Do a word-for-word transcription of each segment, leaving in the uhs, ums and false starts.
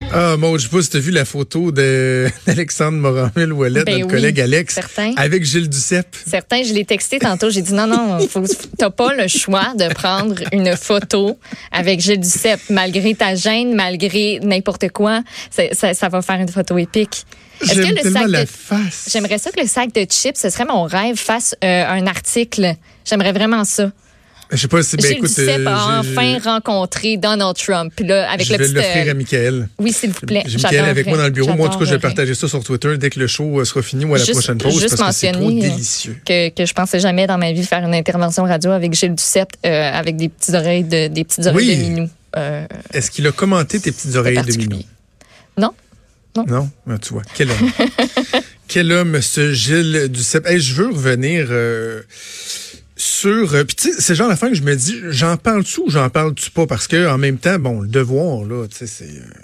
Ah, Maud, je sais pas si tu as vu la photo de d'Alexandre Moranville-Ouellette, Ben notre oui, collègue Alex, certain. avec Gilles Duceppe. Certains, je l'ai texté tantôt. J'ai dit non, non, faut, t'as pas le choix de prendre une photo avec Gilles Duceppe. Malgré ta gêne, malgré n'importe quoi, ça, ça, ça va faire une photo épique. Est-ce J'aime que le tellement sac la de... face. J'aimerais ça que le sac de chips, ce serait mon rêve, fasse euh, un article. J'aimerais vraiment ça. Je sais pas si, ben Gilles écoute, Duceppe euh, a j'ai- enfin rencontré Donald Trump. Puis là, avec je le vais petit... l'offrir euh, à Michael. Oui, s'il vous plaît. J'ai Michael avec moi dans le bureau. Moi, en tout cas, je vais J'adorerais. partager ça sur Twitter dès que le show euh, sera fini ou à la Juste- prochaine pause juste parce que c'est trop mentionner, euh, délicieux. Que, que je pensais jamais dans ma vie faire une intervention radio avec Gilles Duceppe euh, avec des petites oreilles de, des petites oreilles Oui. de minou. Euh, Est-ce qu'il a commenté tes petites oreilles de particulier. minou? non? Non? Ah, tu vois, quel homme. Quel homme, ce Gilles Duceppe. Hey, je veux revenir euh, sur... euh, Puis tu sais, c'est le genre d'affaire que je me dis, j'en parle-tu ou j'en parle-tu pas? Parce que en même temps, bon, le devoir, là, tu sais, c'est... euh,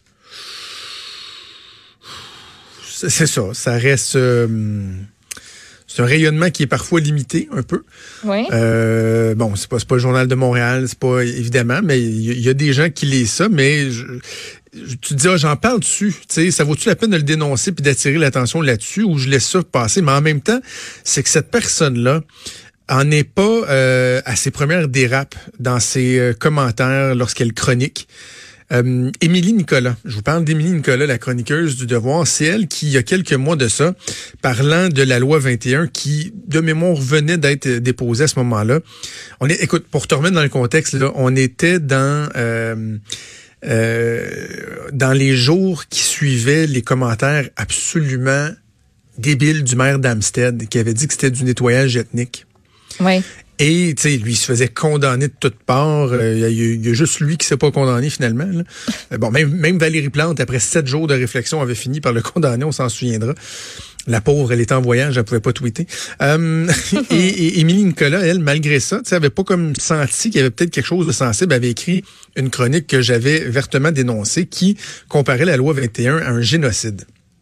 c'est c'est ça, ça reste... euh, c'est un rayonnement qui est parfois limité, un peu. Oui. Euh, bon, c'est pas, c'est pas le Journal de Montréal, c'est pas évidemment, mais il y, y a des gens qui lisent ça, mais je, je- tu te dis, ah, j'en parle dessus, tu sais, ça vaut-tu la peine de le dénoncer puis d'attirer l'attention là-dessus ou je laisse ça passer? Mais en même temps, c'est que cette personne-là en est pas euh, à ses premières dérapes dans ses euh, commentaires lorsqu'elle chronique. Euh, Émilie Nicolas, je vous parle d'Émilie Nicolas, la chroniqueuse du Devoir. C'est elle qui, il y a quelques mois de ça, parlant de la loi vingt et un qui, de mémoire, venait d'être déposée à ce moment-là. On est, écoute, pour te remettre dans le contexte, là, on était dans euh, euh, dans les jours qui suivaient les commentaires absolument débiles du maire d'Amstead qui avait dit que c'était du nettoyage ethnique. Oui. Et, tu sais, lui, il se faisait condamner de toutes parts. Il euh, y, a- y a juste lui qui s'est pas condamné, finalement. Là. Euh, bon, même, même Valérie Plante, après sept jours de réflexion, avait fini par le condamner, on s'en souviendra. La pauvre, elle était en voyage, elle pouvait pas tweeter. Euh, et, et Émilie Nicolas, elle, malgré ça, tu sais, avait pas comme senti qu'il y avait peut-être quelque chose de sensible. Elle avait écrit une chronique que j'avais vertement dénoncée qui comparait la loi vingt et un à un génocide.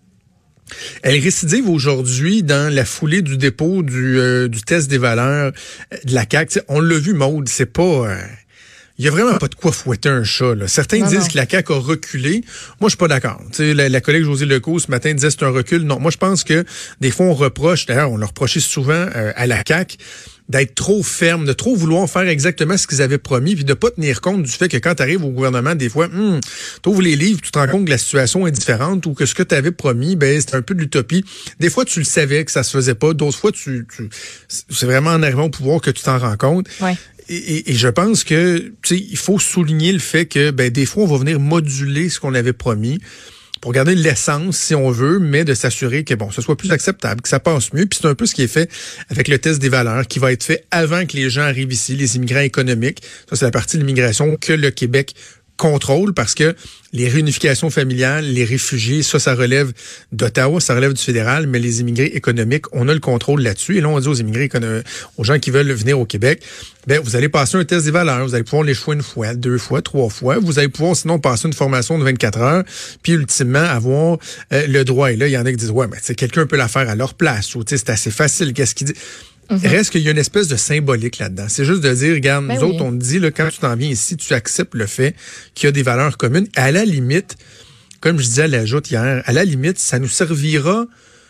Elle récidive aujourd'hui dans la foulée du dépôt du, euh, du test des valeurs euh, de la C A Q. T'sais, on l'a vu, Maude, c'est pas... euh, il y a vraiment pas de quoi fouetter un chat. Là. Certains Non, disent non. que la C A Q a reculé. Moi, je suis pas d'accord. T'sais, la, la collègue Josée Lecault, ce matin, disait que c'est un recul. Non, moi, je pense que des fois, on reproche, d'ailleurs, on leur reprochait souvent euh, à la C A Q d'être trop ferme, de trop vouloir faire exactement ce qu'ils avaient promis, puis de pas tenir compte du fait que quand tu arrives au gouvernement, des fois, hum, tu ouvres les livres, tu te rends compte que la situation est différente ou que ce que tu avais promis, ben c'est un peu de l'utopie. Des fois, tu le savais que ça se faisait pas. D'autres fois, tu, tu c'est vraiment en arrivant au pouvoir que tu t'en rends compte. Ouais. Et, et, et je pense que, tu sais, il faut souligner le fait que, ben, des fois, on va venir moduler ce qu'on avait promis pour garder l'essence, si on veut, mais de s'assurer que, bon, ce soit plus acceptable, que ça passe mieux. Puis c'est un peu ce qui est fait avec le test des valeurs, qui va être fait avant que les gens arrivent ici, les immigrants économiques. Ça, c'est la partie de l'immigration que le Québec contrôle parce que les réunifications familiales, les réfugiés, ça, ça relève d'Ottawa, ça relève du fédéral, mais les immigrés économiques, on a le contrôle là-dessus. Et là, on dit aux immigrés, écono- aux gens qui veulent venir au Québec, ben, vous allez passer un test des valeurs, vous allez pouvoir l'échouer une fois, deux fois, trois fois, vous allez pouvoir sinon passer une formation de vingt-quatre heures, puis ultimement avoir euh, le droit. Et là, il y en a qui disent, ouais, mais tu sais, quelqu'un peut la faire à leur place, ou tu sais, c'est assez facile, qu'est-ce qu'il dit? Mm-hmm. Reste qu'il y a une espèce de symbolique là-dedans. C'est juste de dire, regarde, Ben nous oui. autres, on te dit, là, quand tu t'en viens ici, tu acceptes le fait qu'il y a des valeurs communes. À la limite, comme je disais à la joute hier, à la limite, ça nous servira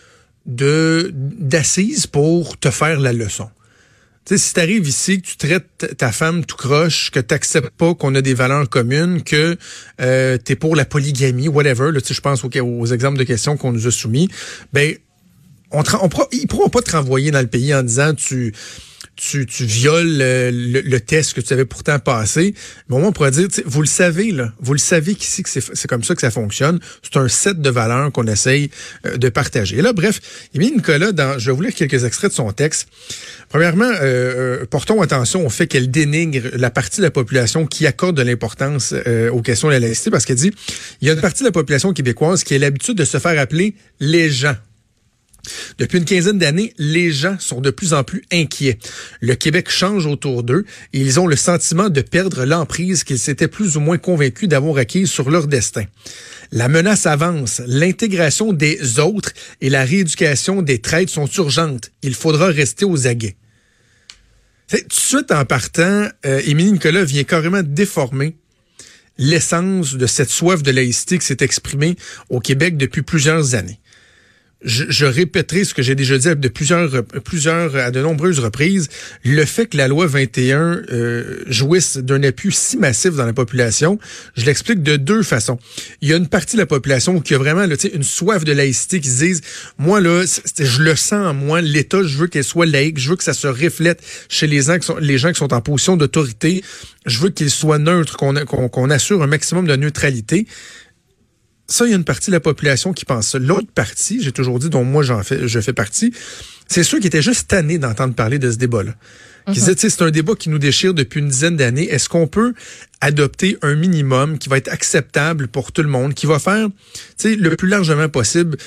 de d'assise pour te faire la leçon. Tu sais, si t'arrives ici, que tu traites ta femme tout croche, que t'acceptes pas qu'on a des valeurs communes, que euh, t'es pour la polygamie, whatever, là, tu sais, je pense aux, aux exemples de questions qu'on nous a soumis, ben, on, te, on pourra, ils pourront pas te renvoyer dans le pays en disant tu tu, tu violes le, le, le test que tu avais pourtant passé. Mais au moins, on pourra dire, vous le savez, là, vous le savez qu'ici, que c'est, c'est comme ça que ça fonctionne. C'est un set de valeurs qu'on essaye euh, de partager. Et là, bref, Émilie Nicolas, dans, je vais vous lire quelques extraits de son texte. Premièrement, euh, euh, portons attention au fait qu'elle dénigre la partie de la population qui accorde de l'importance euh, aux questions de la laïcité, parce qu'elle dit, il y a une partie de la population québécoise qui a l'habitude de se faire appeler les gens. Depuis une quinzaine d'années, les gens sont de plus en plus inquiets. Le Québec change autour d'eux et ils ont le sentiment de perdre l'emprise qu'ils s'étaient plus ou moins convaincus d'avoir acquise sur leur destin. La menace avance, l'intégration des autres et la rééducation des traites sont urgentes. Il faudra rester aux aguets. Tout de suite en partant, euh, Émilie Nicolas vient carrément déformer l'essence de cette soif de laïcité qui s'est exprimée au Québec depuis plusieurs années. Je, je répéterai ce que j'ai déjà dit de plusieurs, plusieurs, à de nombreuses reprises. Le fait que la loi vingt et un euh, jouisse d'un appui si massif dans la population, je l'explique de deux façons. Il y a une partie de la population qui a vraiment là, une soif de laïcité, qui se disent, moi là, je le sens en moi, l'État, je veux qu'elle soit laïque, je veux que ça se reflète chez les gens qui sont, les gens qui sont en position d'autorité, je veux qu'il soit neutre, qu'on, qu'on, qu'on assure un maximum de neutralité. Ça, il y a une partie de la population qui pense ça. L'autre partie, j'ai toujours dit, dont moi j'en fais, je fais partie, c'est ceux qui étaient juste tannés d'entendre parler de ce débat-là. Qui mm-hmm. disaient, tu sais, c'est un débat qui nous déchire depuis une dizaine d'années. Est-ce qu'on peut adopter un minimum qui va être acceptable pour tout le monde, qui va faire, tu sais, le plus largement possible,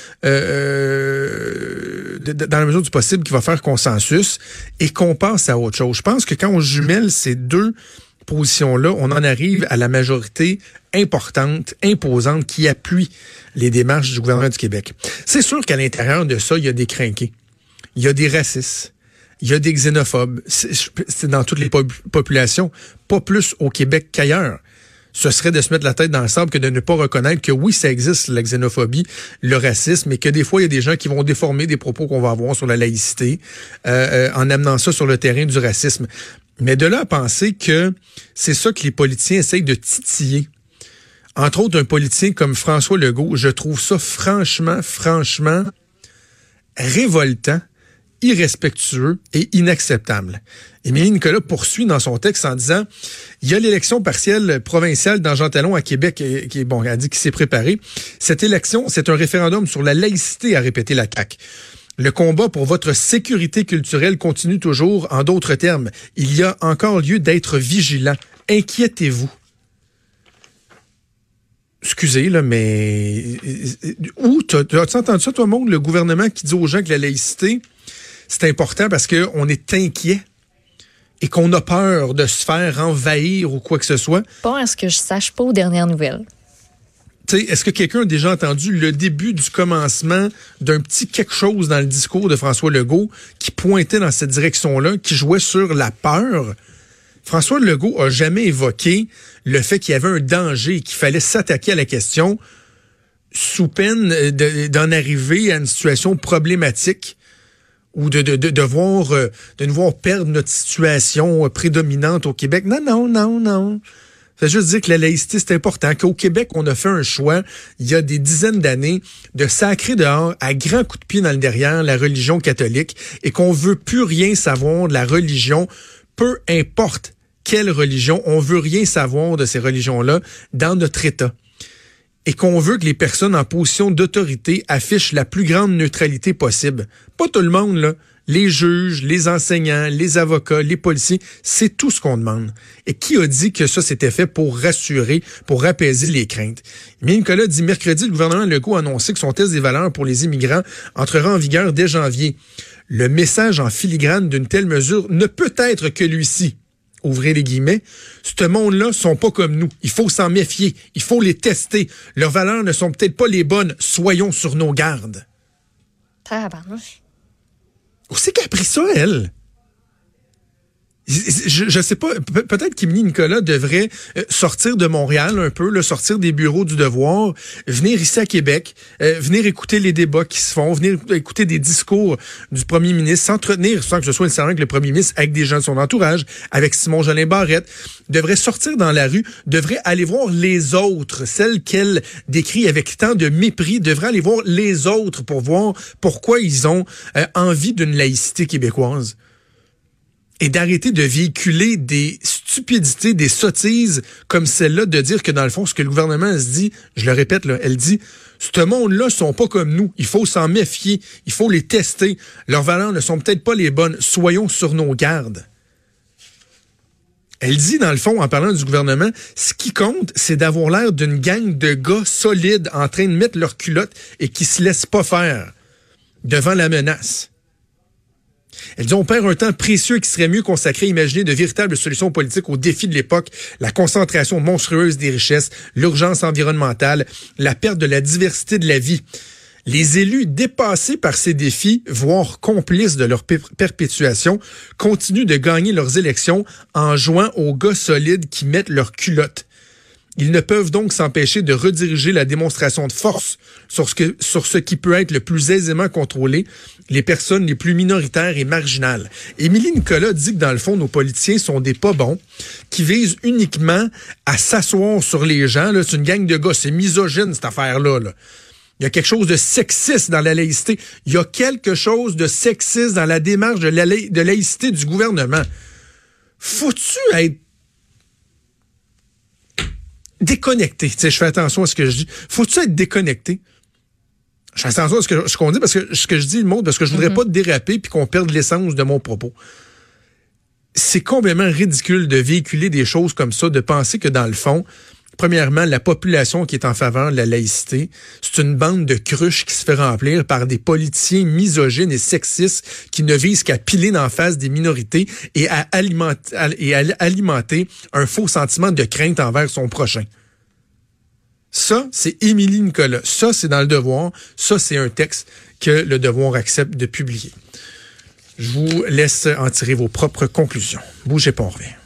euh, dans la mesure du possible, qui va faire consensus et qu'on passe à autre chose. Je pense que quand on jumelle ces deux position-là, on en arrive à la majorité importante, imposante, qui appuie les démarches du gouvernement du Québec. C'est sûr qu'à l'intérieur de ça, il y a des crinqués, il y a des racistes, il y a des xénophobes. C'est, c'est dans toutes les po- populations, pas plus au Québec qu'ailleurs. Ce serait de se mettre la tête dans le sable que de ne pas reconnaître que oui, ça existe, la xénophobie, le racisme, et que des fois, il y a des gens qui vont déformer des propos qu'on va avoir sur la laïcité euh, euh, en amenant ça sur le terrain du racisme. Mais de là à penser que c'est ça que les politiciens essayent de titiller. Entre autres, un politicien comme François Legault, je trouve ça franchement, franchement révoltant, irrespectueux et inacceptable. Émilie Nicolas poursuit dans son texte en disant « Il y a l'élection partielle provinciale dans Jean Talon à Québec, qui est bon, elle dit qu'il s'est préparé. Cette élection, c'est un référendum sur la laïcité, a répété la C A Q. Le combat pour votre sécurité culturelle continue toujours. En d'autres termes, il y a encore lieu d'être vigilant. Inquiétez-vous. » Excusez, là, mais où t'as-tu entendu ça, toi, monde, le gouvernement qui dit aux gens que la laïcité, c'est important parce qu'on est inquiet et qu'on a peur de se faire envahir ou quoi que ce soit? Pas à ce que je sache, pas aux dernières nouvelles. T'sais, est-ce que quelqu'un a déjà entendu le début du commencement d'un petit quelque chose dans le discours de François Legault qui pointait dans cette direction-là, qui jouait sur la peur? François Legault a jamais évoqué le fait qu'il y avait un danger et qu'il fallait s'attaquer à la question sous peine de, d'en arriver à une situation problématique ou de, de, de, devoir, de devoir perdre notre situation prédominante au Québec. Non, non, non, non. Ça veut juste dire que la laïcité, c'est important, qu'au Québec, on a fait un choix, il y a des dizaines d'années, de sacrer dehors, à grands coups de pied dans le derrière, la religion catholique, et qu'on veut plus rien savoir de la religion, peu importe quelle religion, on veut rien savoir de ces religions-là dans notre État. Et qu'on veut que les personnes en position d'autorité affichent la plus grande neutralité possible. Pas tout le monde, là. Les juges, les enseignants, les avocats, les policiers, c'est tout ce qu'on demande. Et qui a dit que ça s'était fait pour rassurer, pour apaiser les craintes? Mais Nicolas dit, mercredi, le gouvernement Legault a annoncé que son test des valeurs pour les immigrants entrera en vigueur dès janvier. Le message en filigrane d'une telle mesure ne peut être que lui-ci. Ouvrez les guillemets. Ce monde-là sont pas comme nous. Il faut s'en méfier. Il faut les tester. Leurs valeurs ne sont peut-être pas les bonnes. Soyons sur nos gardes. Tabarnouche. Où c'est qu'elle a pris ça, elle? Je, je sais pas, pe- peut-être qu'Émilie Nicolas devrait euh, sortir de Montréal un peu, là, sortir des bureaux du devoir, venir ici à Québec, euh, venir écouter les débats qui se font, venir écouter des discours du premier ministre, s'entretenir, sans que ce soit nécessairement avec le premier ministre, avec des gens de son entourage, avec Simon Jolin Barrette, devrait sortir dans la rue, devrait aller voir les autres, celles qu'elle décrit avec tant de mépris, devrait aller voir les autres pour voir pourquoi ils ont euh, envie d'une laïcité québécoise. Et d'arrêter de véhiculer des stupidités, des sottises comme celle-là, de dire que dans le fond, ce que le gouvernement se dit, je le répète, là, elle dit, ce monde-là sont pas comme nous. Il faut s'en méfier. Il faut les tester. Leurs valeurs ne sont peut-être pas les bonnes. Soyons sur nos gardes. Elle dit, dans le fond, en parlant du gouvernement, ce qui compte, c'est d'avoir l'air d'une gang de gars solides en train de mettre leurs culottes et qui se laissent pas faire devant la menace. Elle dit, on perd un temps précieux qui serait mieux consacré à imaginer de véritables solutions politiques aux défis de l'époque, la concentration monstrueuse des richesses, l'urgence environnementale, la perte de la diversité de la vie. Les élus dépassés par ces défis, voire complices de leur per- perpétuation, continuent de gagner leurs élections en jouant aux gars solides qui mettent leurs culottes. Ils ne peuvent donc s'empêcher de rediriger la démonstration de force sur ce, que, sur ce qui peut être le plus aisément contrôlé, les personnes les plus minoritaires et marginales. Émilie Nicolas dit que dans le fond, nos politiciens sont des pas bons, qui visent uniquement à s'asseoir sur les gens. Là, c'est une gang de gars, c'est misogyne cette affaire-là. Là. Il y a quelque chose de sexiste dans la laïcité. Il y a quelque chose de sexiste dans la démarche de, la la- de laïcité du gouvernement. Faut-tu être déconnecté? Tu sais, je fais attention à ce que je dis. Faut-tu être déconnecté? Je fais attention à ce que ce qu'on dit parce que ce que je dis, le mot, parce que je voudrais mm-hmm. pas déraper puis qu'on perde l'essence de mon propos. C'est complètement ridicule de véhiculer des choses comme ça, de penser que dans le fond, premièrement, la population qui est en faveur de la laïcité, c'est une bande de cruches qui se fait remplir par des politiciens misogynes et sexistes qui ne visent qu'à piler d'en face des minorités et à alimenter, et à alimenter un faux sentiment de crainte envers son prochain. Ça, c'est Émilie Nicolas. Ça, c'est dans Le Devoir. Ça, c'est un texte que Le Devoir accepte de publier. Je vous laisse en tirer vos propres conclusions. Bougez pas, on revient.